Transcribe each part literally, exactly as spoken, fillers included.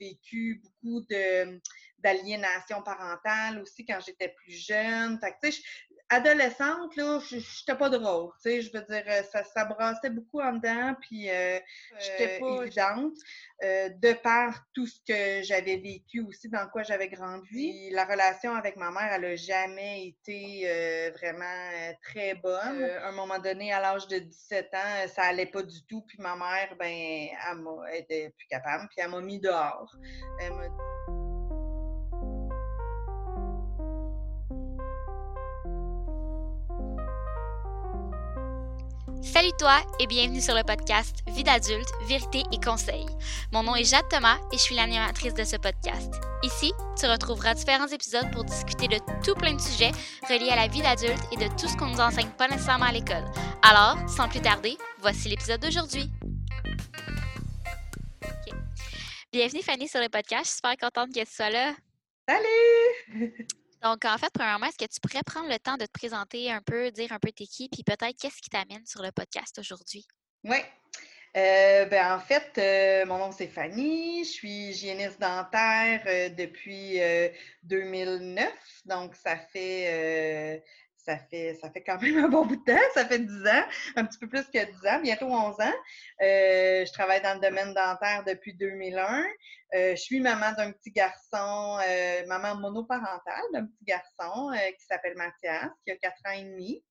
vécu beaucoup de d'aliénation parentale aussi quand j'étais plus jeune. Fait que, tu sais, adolescente, là, j'étais pas drôle, tu sais, je veux dire, ça, ça brassait beaucoup en dedans, puis euh, j'étais pas évidente, euh, de par tout ce que j'avais vécu aussi, dans quoi j'avais grandi. Puis la relation avec ma mère, elle a jamais été euh, vraiment euh, très bonne. Euh, à un moment donné, à l'âge de dix-sept ans, ça allait pas du tout, puis ma mère, ben, elle, m'a, elle était plus capable, puis elle m'a mis dehors. Elle m'a Salut toi et bienvenue sur le podcast Vie d'adulte, vérité et conseils. Mon nom est Jade Thomas et je suis l'animatrice de ce podcast. Ici, tu retrouveras différents épisodes pour discuter de tout plein de sujets reliés à la vie d'adulte et de tout ce qu'on ne nous enseigne pas nécessairement à l'école. Alors, sans plus tarder, voici l'épisode d'aujourd'hui. Okay. Bienvenue Fanny sur le podcast, je suis super contente que tu sois là. Salut! Donc, en fait, premièrement, est-ce que tu pourrais prendre le temps de te présenter un peu, dire un peu t'es qui, puis peut-être qu'est-ce qui t'amène sur le podcast aujourd'hui? Oui. Euh, ben, en fait, euh, mon nom c'est Fanny, je suis hygiéniste dentaire euh, depuis euh, deux mille neuf, donc ça fait, euh, ça fait ça fait quand même un bon bout de temps, ça fait dix ans, un petit peu plus que dix ans, bientôt onze ans. Euh, je travaille dans le domaine dentaire depuis deux mille un. Euh, je suis maman d'un petit garçon, euh, maman monoparentale d'un petit garçon euh, qui s'appelle Mathias, qui a quatre ans et demi.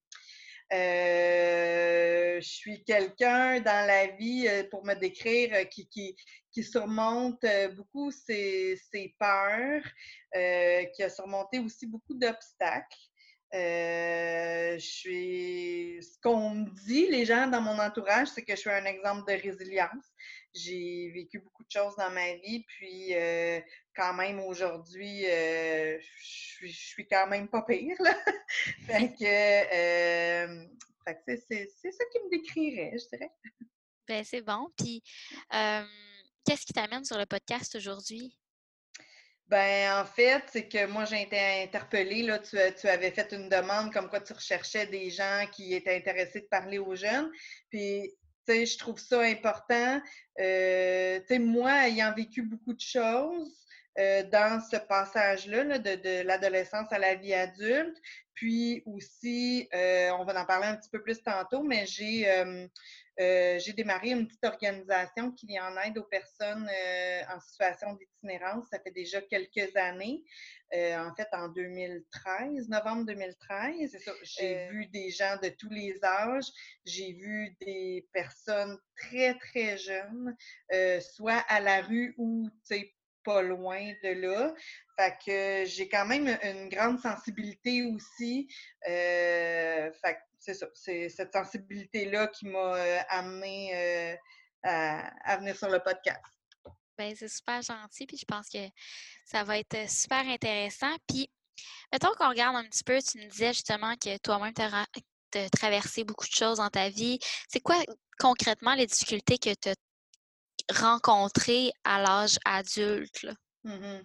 Euh, je suis quelqu'un dans la vie, euh, pour me décrire, euh, qui, qui, qui surmonte euh, beaucoup ses, ses peurs, euh, qui a surmonté aussi beaucoup d'obstacles. Euh, je suis, ce qu'on me dit, les gens dans mon entourage, c'est que je suis un exemple de résilience. J'ai vécu beaucoup de choses dans ma vie, puis euh, quand même aujourd'hui, euh, je, je suis quand même pas pire, là. Fait que, euh, fait que c'est, c'est, c'est ça qui me décrirait, je dirais. Ben, c'est bon. Puis, euh, qu'est-ce qui t'amène sur le podcast aujourd'hui? Ben, en fait, c'est que moi, j'ai été interpellée, là, tu, tu avais fait une demande comme quoi tu recherchais des gens qui étaient intéressés de parler aux jeunes. Puis, tu sais, je trouve ça important. Euh, tu sais, moi, ayant vécu beaucoup de choses euh, dans ce passage-là, là, de, de l'adolescence à la vie adulte, puis aussi, euh, on va en parler un petit peu plus tantôt, mais j'ai... Euh, Euh, j'ai démarré une petite organisation qui vient en aide aux personnes euh, en situation d'itinérance. Ça fait déjà quelques années. Euh, en fait, en deux mille treize, novembre deux mille treize, c'est ça. J'ai euh, vu des gens de tous les âges. J'ai vu des personnes très, très jeunes, euh, soit à la rue ou, tu sais, pas loin de là. Fait que j'ai quand même une grande sensibilité aussi. Euh, fait que c'est ça, c'est cette sensibilité-là qui m'a euh, amenée euh, à, à venir sur le podcast. Ben, c'est super gentil, puis je pense que ça va être super intéressant. Puis, mettons qu'on regarde un petit peu, tu me disais justement que toi-même, tu as traversé beaucoup de choses dans ta vie. C'est quoi concrètement les difficultés que tu as rencontrées à l'âge adulte, là? Mm-hmm.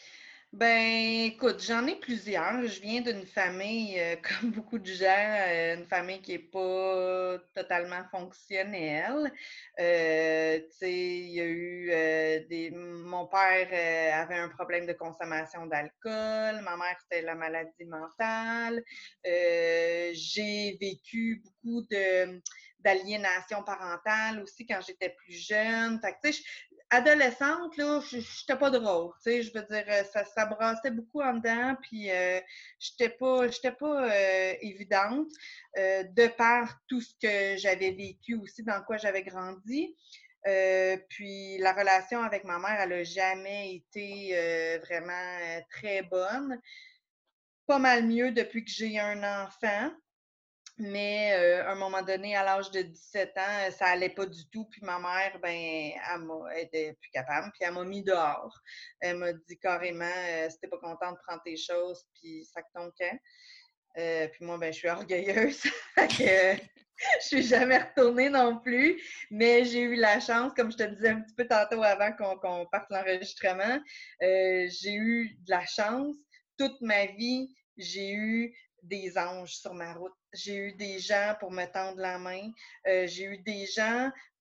Ben, écoute, j'en ai plusieurs. Je viens d'une famille, euh, comme beaucoup de gens, euh, une famille qui est pas totalement fonctionnelle. Euh, tu sais, il y a eu euh, des... Mon père euh, avait un problème de consommation d'alcool, ma mère, c'était la maladie mentale. Euh, j'ai vécu beaucoup de d'aliénation parentale aussi quand j'étais plus jeune. Fait que, tu sais, adolescente, là, j'étais pas drôle, tu sais, je veux dire, ça, ça brassait beaucoup en dedans, puis euh, j'étais pas, j'étais pas euh, évidente, euh, de par tout ce que j'avais vécu aussi, dans quoi j'avais grandi. Euh, puis la relation avec ma mère, elle a jamais été euh, vraiment euh, très bonne. Pas mal mieux depuis que j'ai un enfant. Mais euh, à un moment donné, à l'âge de dix-sept ans, ça allait pas du tout. Puis ma mère, ben, elle, m'a, elle était plus capable. Puis elle m'a mis dehors. Elle m'a dit carrément, euh, si t'es pas contente, prends tes choses, puis sac ton camp. Euh, puis moi, ben, je suis orgueilleuse. Fait que je suis jamais retournée non plus. Mais j'ai eu la chance, comme je te disais un petit peu tantôt avant qu'on, qu'on parte l'enregistrement, euh, j'ai eu de la chance. Toute ma vie, j'ai eu des anges sur ma route. J'ai eu des gens pour me tendre la main. Euh, j'ai eu des gens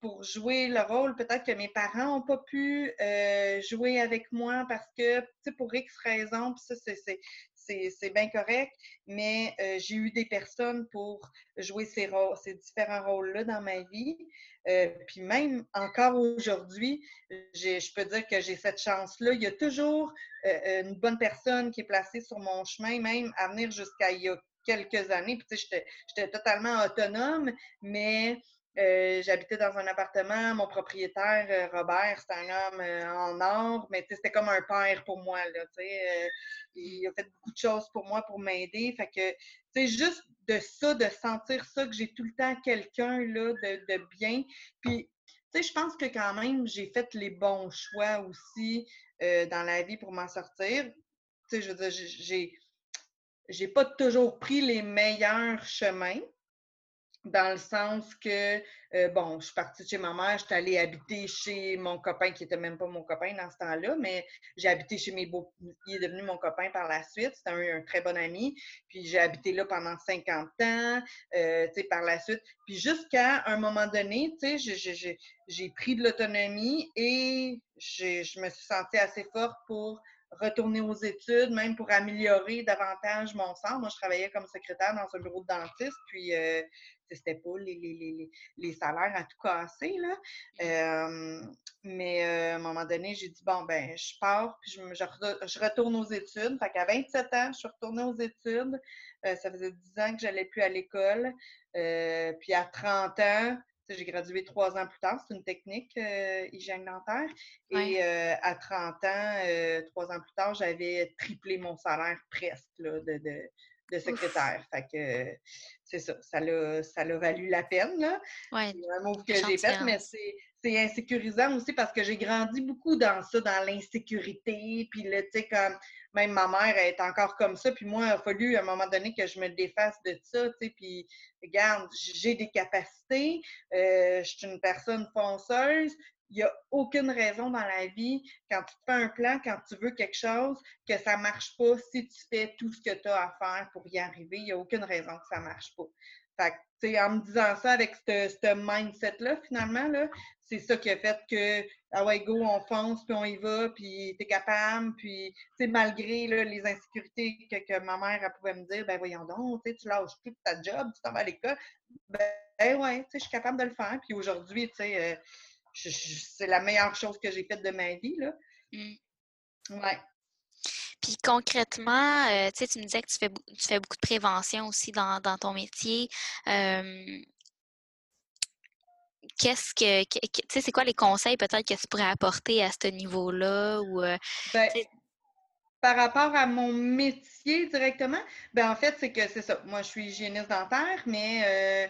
pour jouer le rôle, peut-être que mes parents n'ont pas pu euh, jouer avec moi parce que, tu sais, pour X raisons, puis ça, c'est, c'est, c'est, c'est bien correct, mais euh, j'ai eu des personnes pour jouer ces, rôles, ces différents rôles-là dans ma vie. Euh, puis même encore aujourd'hui, j'ai, je peux dire que j'ai cette chance-là. Il y a toujours euh, une bonne personne qui est placée sur mon chemin, même à venir jusqu'à il y a quelques années. Puis, tu sais, j'étais, j'étais totalement autonome, mais euh, j'habitais dans un appartement. Mon propriétaire, euh, Robert, c'est un homme euh, en or, mais tu sais, c'était comme un père pour moi, là, tu sais. Euh, il a fait beaucoup de choses pour moi pour m'aider. Fait que, tu sais, juste de ça, de sentir ça, que j'ai tout le temps quelqu'un, là, de, de bien. Puis, tu sais, je pense que quand même, j'ai fait les bons choix aussi euh, dans la vie pour m'en sortir. Tu sais, je veux dire, j'ai, j'ai pas toujours pris les meilleurs chemins, dans le sens que, euh, bon, je suis partie de chez ma mère, je suis allée habiter chez mon copain, qui était même pas mon copain dans ce temps-là, mais j'ai habité chez mes beaux... Il est devenu mon copain par la suite, c'était un, un très bon ami, puis j'ai habité là pendant cinquante ans, euh, tu sais, par la suite. Puis jusqu'à un moment donné, tu sais, j'ai, j'ai, j'ai pris de l'autonomie et j'ai, je me suis sentie assez forte pour retourner aux études, même pour améliorer davantage mon sort. Moi, je travaillais comme secrétaire dans un bureau de dentiste, puis euh, c'était pas les, les, les, les salaires à tout casser, là. Euh, mais euh, à un moment donné, j'ai dit, bon, ben, je pars, puis je, je, je retourne aux études. Fait qu'à vingt-sept ans, je suis retournée aux études. Euh, ça faisait dix ans que j'allais plus à l'école. Euh, puis à trente ans, j'ai gradué trois ans plus tard. C'est une technique, euh, hygiène dentaire. Ouais. Et euh, à trente ans, euh, trois ans plus tard, j'avais triplé mon salaire presque là, de, de, de Ouf. secrétaire. Fait que c'est ça, ça l'a, ça l'a valu la peine, là. Ouais, C'est un move que méchante j'ai fait, mais différence. c'est, c'est insécurisant aussi parce que j'ai grandi beaucoup dans ça, dans l'insécurité. Puis là, tu sais, comme même ma mère est encore comme ça. Puis moi, il a fallu à un moment donné que je me défasse de ça, tu sais. Puis regarde, j'ai des capacités, euh, je suis une personne fonceuse. Il n'y a aucune raison dans la vie, quand tu te fais un plan, quand tu veux quelque chose, que ça ne marche pas si tu fais tout ce que tu as à faire pour y arriver. Il n'y a aucune raison que ça ne marche pas. Fait que, tu sais, en me disant ça avec ce mindset-là, finalement, là, c'est ça qui a fait que, ah ouais, go, on fonce, puis on y va, puis t'es capable, puis, tu sais, malgré là, les insécurités que, que ma mère, elle pouvait me dire, ben voyons donc, tu lâches tout ta job, tu t'en vas à l'école, ben, ben ouais, tu sais, je suis capable de le faire. Puis aujourd'hui, tu sais, euh, je, je, c'est la meilleure chose que j'ai faite de ma vie, là. Mm. Ouais. Puis concrètement, euh, tu sais, tu me disais que tu fais, tu fais beaucoup de prévention aussi dans, dans ton métier. Euh, qu'est-ce que, que- que- tu sais, c'est quoi les conseils peut-être que tu pourrais apporter à ce niveau-là ou, euh, Ben, tu sais, par rapport à mon métier directement, ben en fait, c'est que c'est ça. Moi, je suis hygiéniste dentaire, mais euh,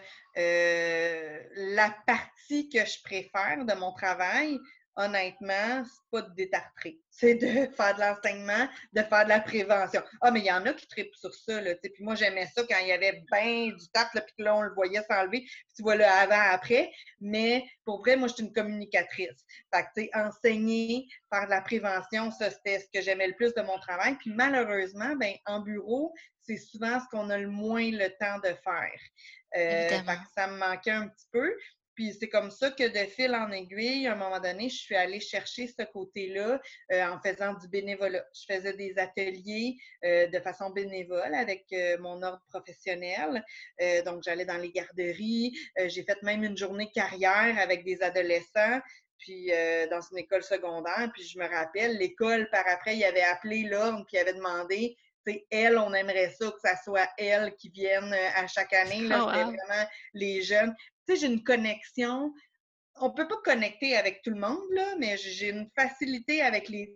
euh, la partie que je préfère de mon travail, honnêtement, c'est pas de détartrer. C'est de faire de l'enseignement, de faire de la prévention. Ah, mais il y en a qui trippent sur ça, là, tu sais. Puis moi, j'aimais ça quand il y avait bien du taf, là, puis que là, on le voyait s'enlever, puis tu vois le avant-après. Mais pour vrai, moi, je suis une communicatrice. Fait que, tu sais, enseigner, faire de la prévention, ça, c'était ce que j'aimais le plus de mon travail. Puis malheureusement, ben, en bureau, c'est souvent ce qu'on a le moins le temps de faire. Euh, fait évidemment. que ça me manquait un petit peu. Puis c'est comme ça que de fil en aiguille, à un moment donné, je suis allée chercher ce côté-là euh, en faisant du bénévolat. Je faisais des ateliers euh, de façon bénévole avec euh, mon ordre professionnel. Euh, donc, j'allais dans les garderies. Euh, j'ai fait même une journée carrière avec des adolescents puis euh, dans une école secondaire. Puis je me rappelle, l'école, par après, il avait appelé l'ordre, puis il avait demandé, tu sais, elle, on aimerait ça que ça soit elle qui vienne euh, à chaque année. Là, Oh, c'était wow. vraiment les jeunes. Tu sais, j'ai une connexion. On peut pas connecter avec tout le monde, là, mais j'ai une facilité avec les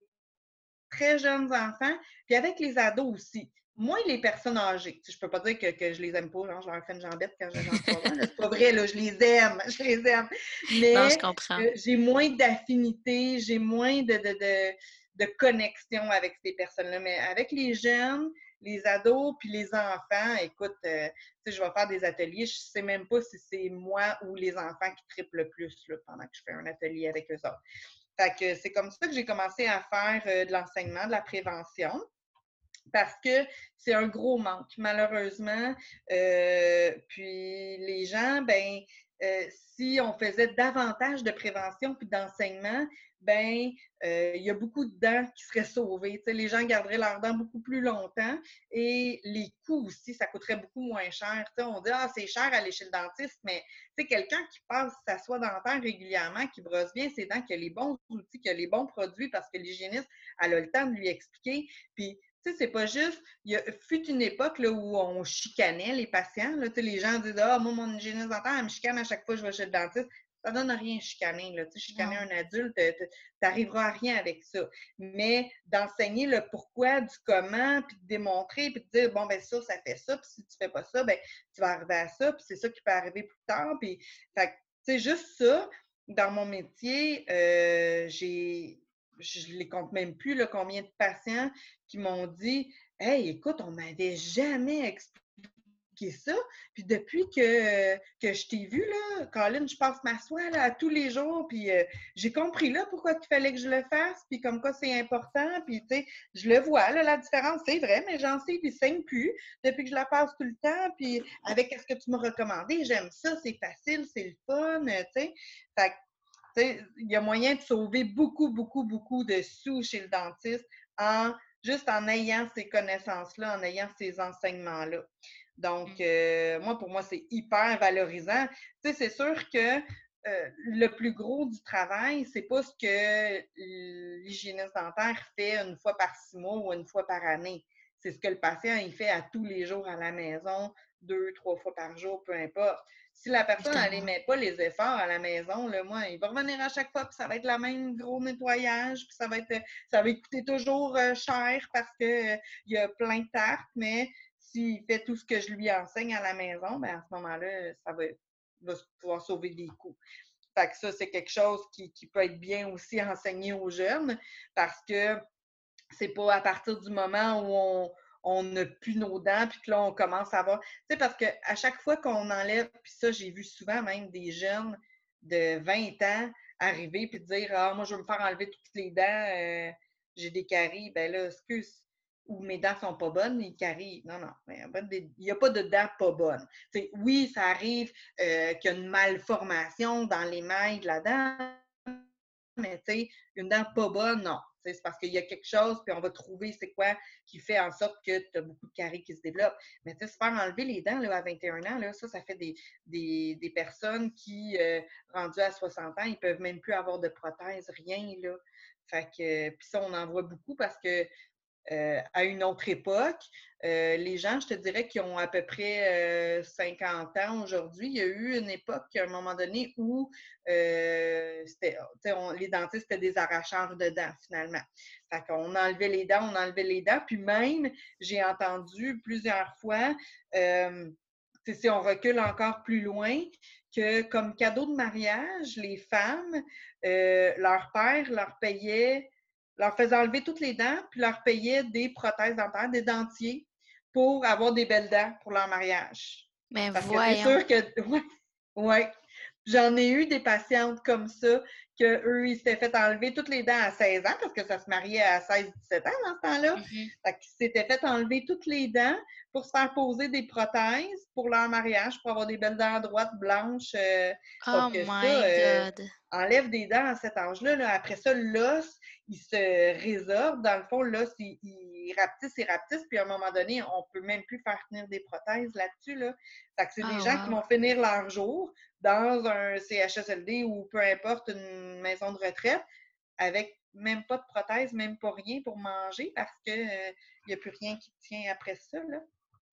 très jeunes enfants, puis avec les ados aussi. Moins les personnes âgées. Je peux pas dire que, que je les aime pas, genre, je leur fais une jambette quand j'ai genre trois ans. C'est pas vrai, là, je les aime, je les aime. Non, je Mais comprends. euh, j'ai moins d'affinité, j'ai moins de, de, de, de connexion avec ces personnes-là. Mais avec les jeunes, les ados, puis les enfants, écoute, euh, tu sais, je vais faire des ateliers, je sais même pas si c'est moi ou les enfants qui trippent le plus là, pendant que je fais un atelier avec eux autres. Fait que c'est comme ça que j'ai commencé à faire euh, de l'enseignement, de la prévention, parce que c'est un gros manque, malheureusement. Euh, puis les gens, ben, euh, si on faisait davantage de prévention puis d'enseignement, ben euh, il y a beaucoup de dents qui seraient sauvées. Tu sais, les gens garderaient leurs dents beaucoup plus longtemps et les coûts aussi, ça coûterait beaucoup moins cher. Tu sais, on dit, ah, c'est cher aller chez le dentiste, mais tu sais, quelqu'un qui passe sa soie dentaire régulièrement, qui brosse bien ses dents, qui a les bons outils, qui a les bons produits parce que l'hygiéniste, elle a le temps de lui expliquer. Puis, tu sais, c'est pas juste. Il y a, fut une époque là, où on chicanait les patients. Là, tu sais, les gens disent, ah, moi, mon hygiéniste dentaire, elle me chicane à chaque fois que je vais chez le dentiste. Ça donne rien chicaner. Là. Tu sais, chicaner Non. un adulte, tu n'arriveras à rien avec ça. Mais d'enseigner le pourquoi, du comment, puis de démontrer, puis de dire, bon, ben ça, ça fait ça, puis si tu fais pas ça, ben tu vas arriver à ça, puis c'est ça qui peut arriver plus tard. Puis, fait tu sais, juste ça, dans mon métier, euh, j'ai, je les compte même plus, là, combien de patients qui m'ont dit, hey, écoute, on m'avait jamais expliqué ça. Puis depuis que, que je t'ai vu, là, Colin, je passe ma soie là, à tous les jours, puis euh, j'ai compris là pourquoi il fallait que je le fasse, puis comme quoi c'est important, puis tu sais, je le vois, là, la différence, c'est vrai, mais j'en sais, puis saigne plus depuis que je la passe tout le temps, puis avec ce que tu m'as recommandé, j'aime ça, c'est facile, c'est le fun, tu sais. Fait que, il y a moyen de sauver beaucoup, beaucoup, beaucoup de sous chez le dentiste en juste en ayant ces connaissances-là, en ayant ces enseignements-là. Donc, euh, moi, pour moi, c'est hyper valorisant. Tu sais, c'est sûr que euh, le plus gros du travail, c'est pas ce que l'hygiéniste dentaire fait une fois par six mois ou une fois par année. C'est ce que le patient, il fait à tous les jours à la maison, deux, trois fois par jour, peu importe. Si la personne, elle ne met pas les efforts à la maison, là, moi, il va revenir à chaque fois, puis ça va être le même gros nettoyage, puis ça va être, ça va coûter toujours euh, cher parce qu'il euh, y a plein de tartes, mais s'il fait tout ce que je lui enseigne à la maison, ben à ce moment-là, ça va, va pouvoir sauver des coûts. Fait que ça, c'est quelque chose qui, qui peut être bien aussi enseigné aux jeunes parce que c'est pas à partir du moment où on on n'a plus nos dents, puis que là, on commence à avoir... Tu sais, parce qu'à chaque fois qu'on enlève, puis ça, j'ai vu souvent même des jeunes de vingt ans arriver puis dire « Ah, moi, je veux me faire enlever toutes les dents, euh, j'ai des caries. » Ben là, excuse, ou mes dents sont pas bonnes, les caries. Non, non, il n'y a pas de dents pas bonnes. T'sais, oui, ça arrive euh, qu'il y a une malformation dans l'émail de la dent, mais tu sais, une dent pas bonne, non. C'est parce qu'il y a quelque chose, puis on va trouver c'est quoi qui fait en sorte que tu as beaucoup de caries qui se développent. Mais tu sais, se faire enlever les dents là, à vingt et un ans, là, ça, ça fait des, des, des personnes qui, euh, rendues à soixante ans, ils peuvent même plus avoir de prothèse, rien, là. Fait que, puis ça, on en voit beaucoup parce que euh, à une autre époque, euh, les gens, je te dirais, qui ont à peu près euh, cinquante ans aujourd'hui, il y a eu une époque, à un moment donné, où euh, on, les dentistes étaient des arracheurs de dents, finalement. Fait qu'on enlevait les dents, on enlevait les dents, puis même, j'ai entendu plusieurs fois, euh, si on recule encore plus loin, que comme cadeau de mariage, les femmes, euh, leur père leur payait leur faisait enlever toutes les dents, puis leur payait des prothèses dentaires, des dentiers, pour avoir des belles dents pour leur mariage. Mais Parce que c'est voyons. sûr que, ouais, ouais. J'en ai eu des patientes comme ça, qu'eux, ils s'étaient fait enlever toutes les dents à seize ans, parce que ça se mariait à seize dix-sept ans dans ce temps-là. Mm-hmm. Fait qu'ils s'étaient fait enlever toutes les dents pour se faire poser des prothèses pour leur mariage, pour avoir des belles dents droites, blanches. Euh, Oh sauf que ça, my euh, God. enlève des dents à cet âge-là. Là. Après ça, l'os, il se résorbe. Dans le fond, l'os, il, il rapetisse et rapetisse, puis à un moment donné, on peut même plus faire tenir des prothèses là-dessus. Là. Fait que c'est Oh, des gens wow. qui vont finir leur jour dans un C H S L D ou peu importe, une maison de retraite, avec même pas de prothèse, même pas rien pour manger parce qu'il n'y euh, a plus rien qui tient après ça. Là.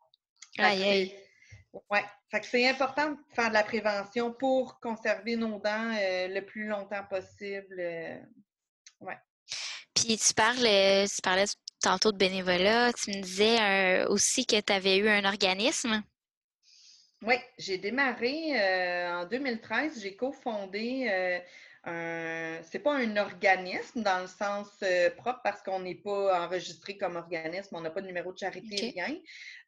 Aïe, aïe. Ouais. Fait que c'est important de faire de la prévention pour conserver nos dents euh, le plus longtemps possible. Euh, ouais. Puis tu parles, tu parlais tantôt de bénévolat, tu me disais euh, aussi que tu avais eu un organisme. Oui, j'ai démarré euh, en deux mille treize, j'ai cofondé euh, un, c'est pas un organisme dans le sens euh, propre parce qu'on n'est pas enregistré comme organisme, on n'a pas de numéro de charité, Okay. rien.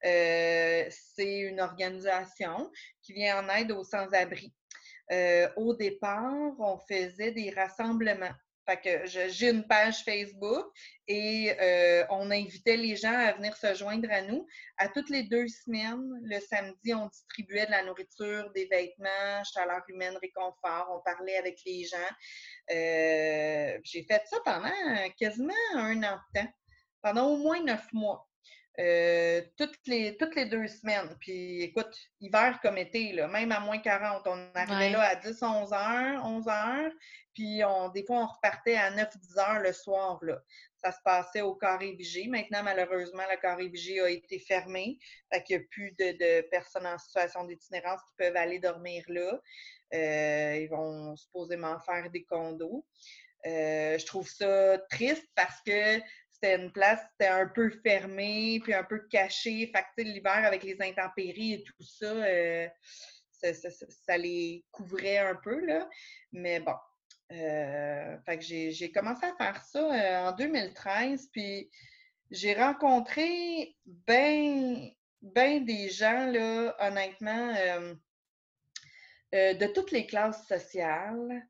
Euh, c'est une organisation qui vient en aide aux sans-abri. Euh, au départ, on faisait des rassemblements Fait que je- j'ai une page Facebook et euh, on invitait les gens à venir se joindre à nous. À toutes les deux semaines, le samedi, on distribuait de la nourriture, des vêtements, chaleur humaine, réconfort. On parlait avec les gens. Euh, j'ai fait ça pendant quasiment un an de temps, pendant au moins neuf mois. Euh, toutes, les, toutes les deux semaines. Puis écoute, hiver comme été, là, même à moins quarante, on arrivait Ouais. là à dix, onze heures, onze heures, puis on, des fois on repartait à neuf, dix heures le soir. Là. Ça se passait au Carré Vigée. Maintenant, malheureusement, le Carré Vigée a été fermé. Fait qu'il n'y a plus de, de personnes en situation d'itinérance qui peuvent aller dormir là. Euh, ils vont supposément faire des condos. Euh, je trouve ça triste parce que c'était une place, c'était un peu fermé, puis un peu caché. Fait que l'hiver, avec les intempéries et tout ça, euh, ça, ça, ça, ça les couvrait un peu, là. Mais bon. Euh, fait que j'ai, j'ai commencé à faire ça euh, en deux mille treize, puis j'ai rencontré ben, ben des gens, là, honnêtement, euh, euh, de toutes les classes sociales.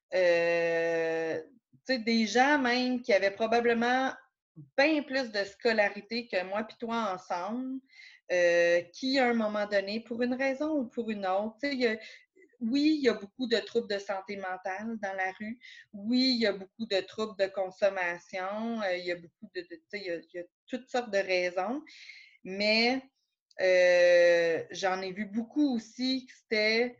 Euh, tu sais, des gens même qui avaient probablement bien plus de scolarité que moi puis toi ensemble, euh, qui, à un moment donné, pour une raison ou pour une autre, tu sais, il y a- oui, il y a beaucoup de troubles de santé mentale dans la rue. Oui, il y a beaucoup de troubles de consommation. Euh, il y a beaucoup de, de- tu sais, il y a, il y a toutes sortes de raisons. Mais euh, j'en ai vu beaucoup aussi que c'était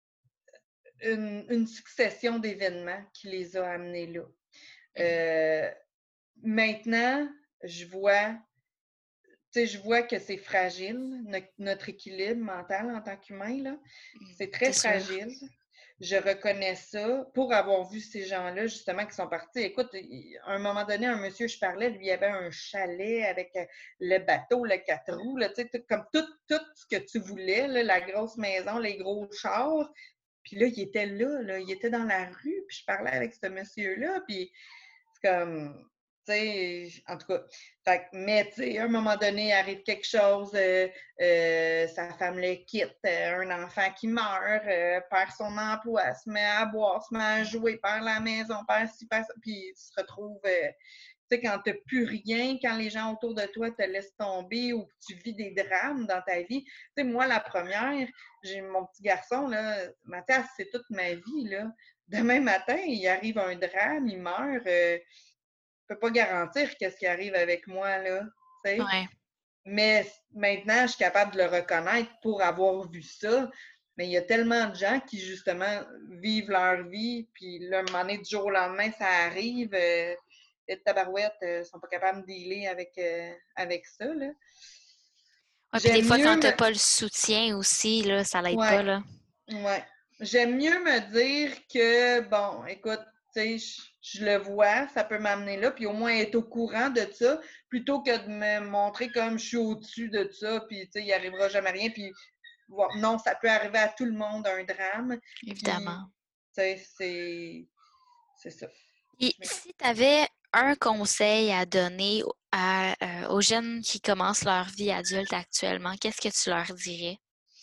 une, une succession d'événements qui les a amenés là. Mhm. Euh, maintenant, je vois, tu sais, je vois que c'est fragile, no- notre équilibre mental en tant qu'humain, là. Mhm. C'est C'est très sûr. fragile. Je reconnais ça pour avoir vu ces gens-là, justement, qui sont partis. Écoute, il- à un moment donné, un monsieur, je parlais, lui, il avait un chalet avec euh, le bateau, le quatre roues, là, tu sais, tout- comme tout, tout ce que tu voulais, là, la grosse maison, les gros chars. Puis là, il était là, là, il était dans la rue, puis je parlais avec ce monsieur-là, puis c'est comme, tu sais, en tout cas, fait, que- mais tu sais, à un moment donné, il arrive quelque chose, euh, euh, sa femme le quitte, euh, un enfant qui meurt, euh, perd son emploi, se met à boire, se met à jouer, perd la maison, perd ci, perd ça, puis il se retrouve, euh, tu sais, quand tu n'as plus rien, quand les gens autour de toi te laissent tomber ou que tu vis des drames dans ta vie. Tu sais, moi, la première, j'ai mon petit garçon, là, Mathias, c'est toute ma vie, là. Demain matin, il arrive un drame, il meurt. Euh, je peux pas garantir qu'est-ce qui arrive avec moi, là. Tu sais. Ouais. Mais maintenant, je suis capable de le reconnaître pour avoir vu ça. Mais il y a tellement de gens qui, justement, vivent leur vie, puis là, un moment donné, du jour au lendemain, ça arrive. Euh, les tabarouettes ne sont pas capables de dealer avec, euh, avec ça, là. Ouais, puis des J'aime fois, quand mieux t'as me... pas le soutien aussi, là, ça l'aide Ouais, pas, là. ouais. J'aime mieux me dire que, bon, écoute, tu sais, je, je le vois, ça peut m'amener là, puis au moins être au courant de ça, plutôt que de me montrer comme je suis au-dessus de ça, puis tu sais, il arrivera jamais rien, puis bon, non, ça peut arriver à tout le monde, un drame, puis Évidemment. tu sais, c'est c'est ça. Et Je m'ex- si tu avais un conseil à donner à, euh, aux jeunes qui commencent leur vie adulte actuellement, qu'est-ce que tu leur dirais?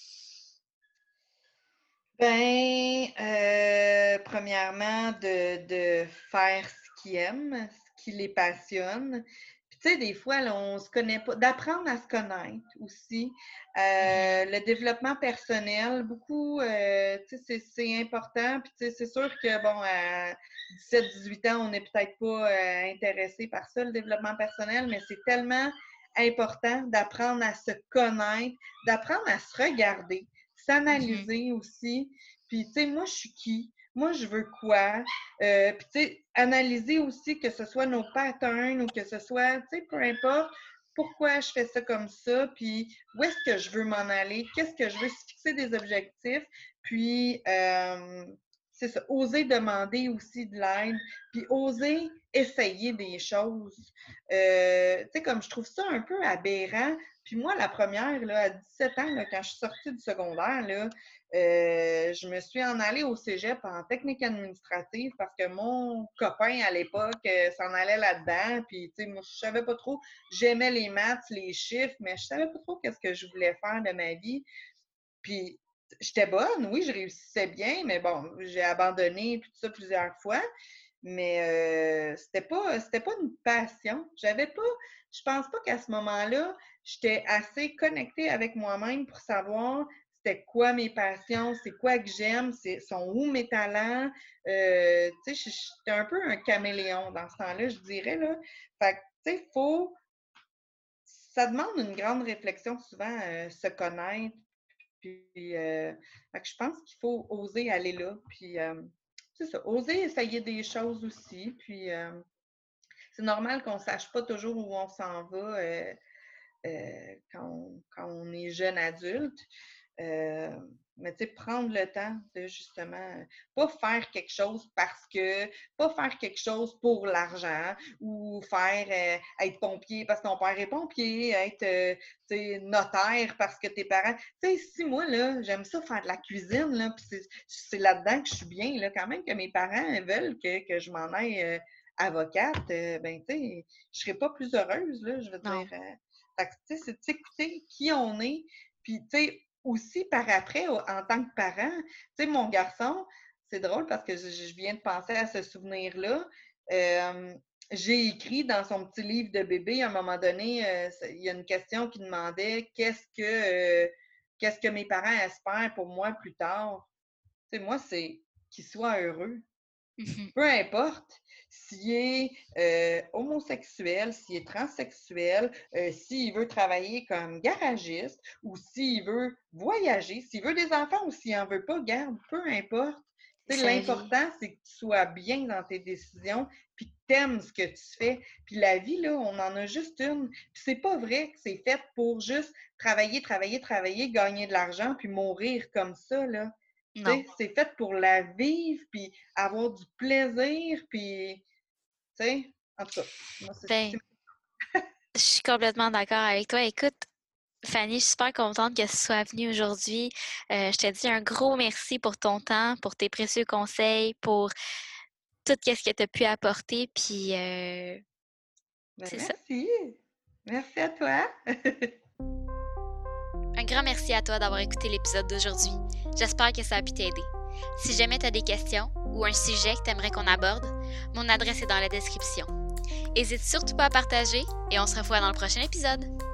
Ben, euh, premièrement, de, de faire ce qu'ils aiment, ce qui les passionne. Puis, tu sais, des fois, là, on se connaît pas. D'apprendre à se connaître aussi. Euh, Mhm. le développement personnel, beaucoup, euh, tu sais, c'est, c'est important. Puis, tu sais, c'est sûr que, bon, à dix-sept, dix-huit ans, on n'est peut-être pas euh, intéressé par ça, le développement personnel, mais c'est tellement important d'apprendre à se connaître, d'apprendre à se regarder, Mhm. s'analyser aussi. Puis, tu sais, moi, je suis qui? Moi, je veux quoi? Euh, puis, tu sais, analyser aussi que ce soit nos patterns ou que ce soit, tu sais, peu importe, pourquoi je fais ça comme ça, puis où est-ce que je veux m'en aller, qu'est-ce que je veux, se fixer des objectifs, puis, euh, c'est ça, oser demander aussi de l'aide, puis oser essayer des choses. Euh, tu sais, comme je trouve ça un peu aberrant. Puis moi, la première, là, à dix-sept ans, là, quand je suis sortie du secondaire, là, euh, je me suis en allée au cégep en technique administrative parce que mon copain à l'époque euh, s'en allait là-dedans. Puis, tu sais, moi, je savais pas trop. J'aimais les maths, les chiffres, mais je savais pas trop qu'est-ce que je voulais faire de ma vie. Puis, j'étais bonne, oui, je réussissais bien, mais bon, j'ai abandonné tout ça plusieurs fois. Mais euh, c'était pas, c'était pas une passion. J'avais pas, je pense pas qu'à ce moment-là, j'étais assez connectée avec moi-même pour savoir c'était quoi mes passions, c'est quoi que j'aime, c'est sont où mes talents. Euh, tu sais, j'étais un peu un caméléon dans ce temps-là, je dirais, là. Fait que, tu sais, faut, ça demande une grande réflexion souvent, euh, se connaître. Puis, euh, fait que je pense qu'il faut oser aller là. Puis, euh, c'est ça, oser essayer des choses aussi. Puis, euh, c'est normal qu'on ne sache pas toujours où on s'en va euh, euh, quand, on, quand on est jeune adulte. Euh, mais tu sais, prendre le temps de justement pas faire quelque chose parce que, pas faire quelque chose pour l'argent ou faire euh, être pompier parce que ton père est pompier, être euh, tu sais, notaire parce que tes parents. Tu sais, si moi, là, j'aime ça faire de la cuisine, là, puis c'est, c'est là-dedans que je suis bien, là, quand même que mes parents veulent que, que je m'en aille euh, avocate, euh, ben, tu sais, je serais pas plus heureuse, là, je veux Non. dire. Euh, fait que, tu sais, c'est de s'écouter qui on est, puis, tu sais, aussi par après, en tant que parent, tu sais, mon garçon, c'est drôle parce que je, je viens de penser à ce souvenir-là. Euh, j'ai écrit dans son petit livre de bébé, à un moment donné, euh, il y a une question qui demandait qu'est-ce que, euh, qu'est-ce que mes parents espèrent pour moi plus tard. Tu sais, moi, c'est qu'ils soient heureux. Mhm. Peu importe s'il est euh, homosexuel, s'il est transsexuel, euh, s'il veut travailler comme garagiste ou s'il veut voyager, s'il veut des enfants ou s'il n'en veut pas, garde, peu importe. C'est sa vie. L'important, c'est que tu sois bien dans tes décisions puis que tu aimes ce que tu fais. Puis la vie, là, on en a juste une. Puis c'est pas vrai que c'est fait pour juste travailler, travailler, travailler, gagner de l'argent puis mourir comme ça, là. Non. C'est fait pour la vivre, puis avoir du plaisir, puis, tu sais, en tout cas, moi, c'est... Ben, je suis complètement d'accord avec toi. Écoute, Fanny, je suis super contente que tu sois venue aujourd'hui. Euh, je te dis un gros merci pour ton temps, pour tes précieux conseils, pour tout ce que tu as pu apporter. Puis, euh, Ben, c'est ça. merci. Merci à toi. Un grand merci à toi d'avoir écouté l'épisode d'aujourd'hui. J'espère que ça a pu t'aider. Si jamais tu as des questions ou un sujet que tu aimerais qu'on aborde, mon adresse est dans la description. N'hésite surtout pas à partager et on se revoit dans le prochain épisode.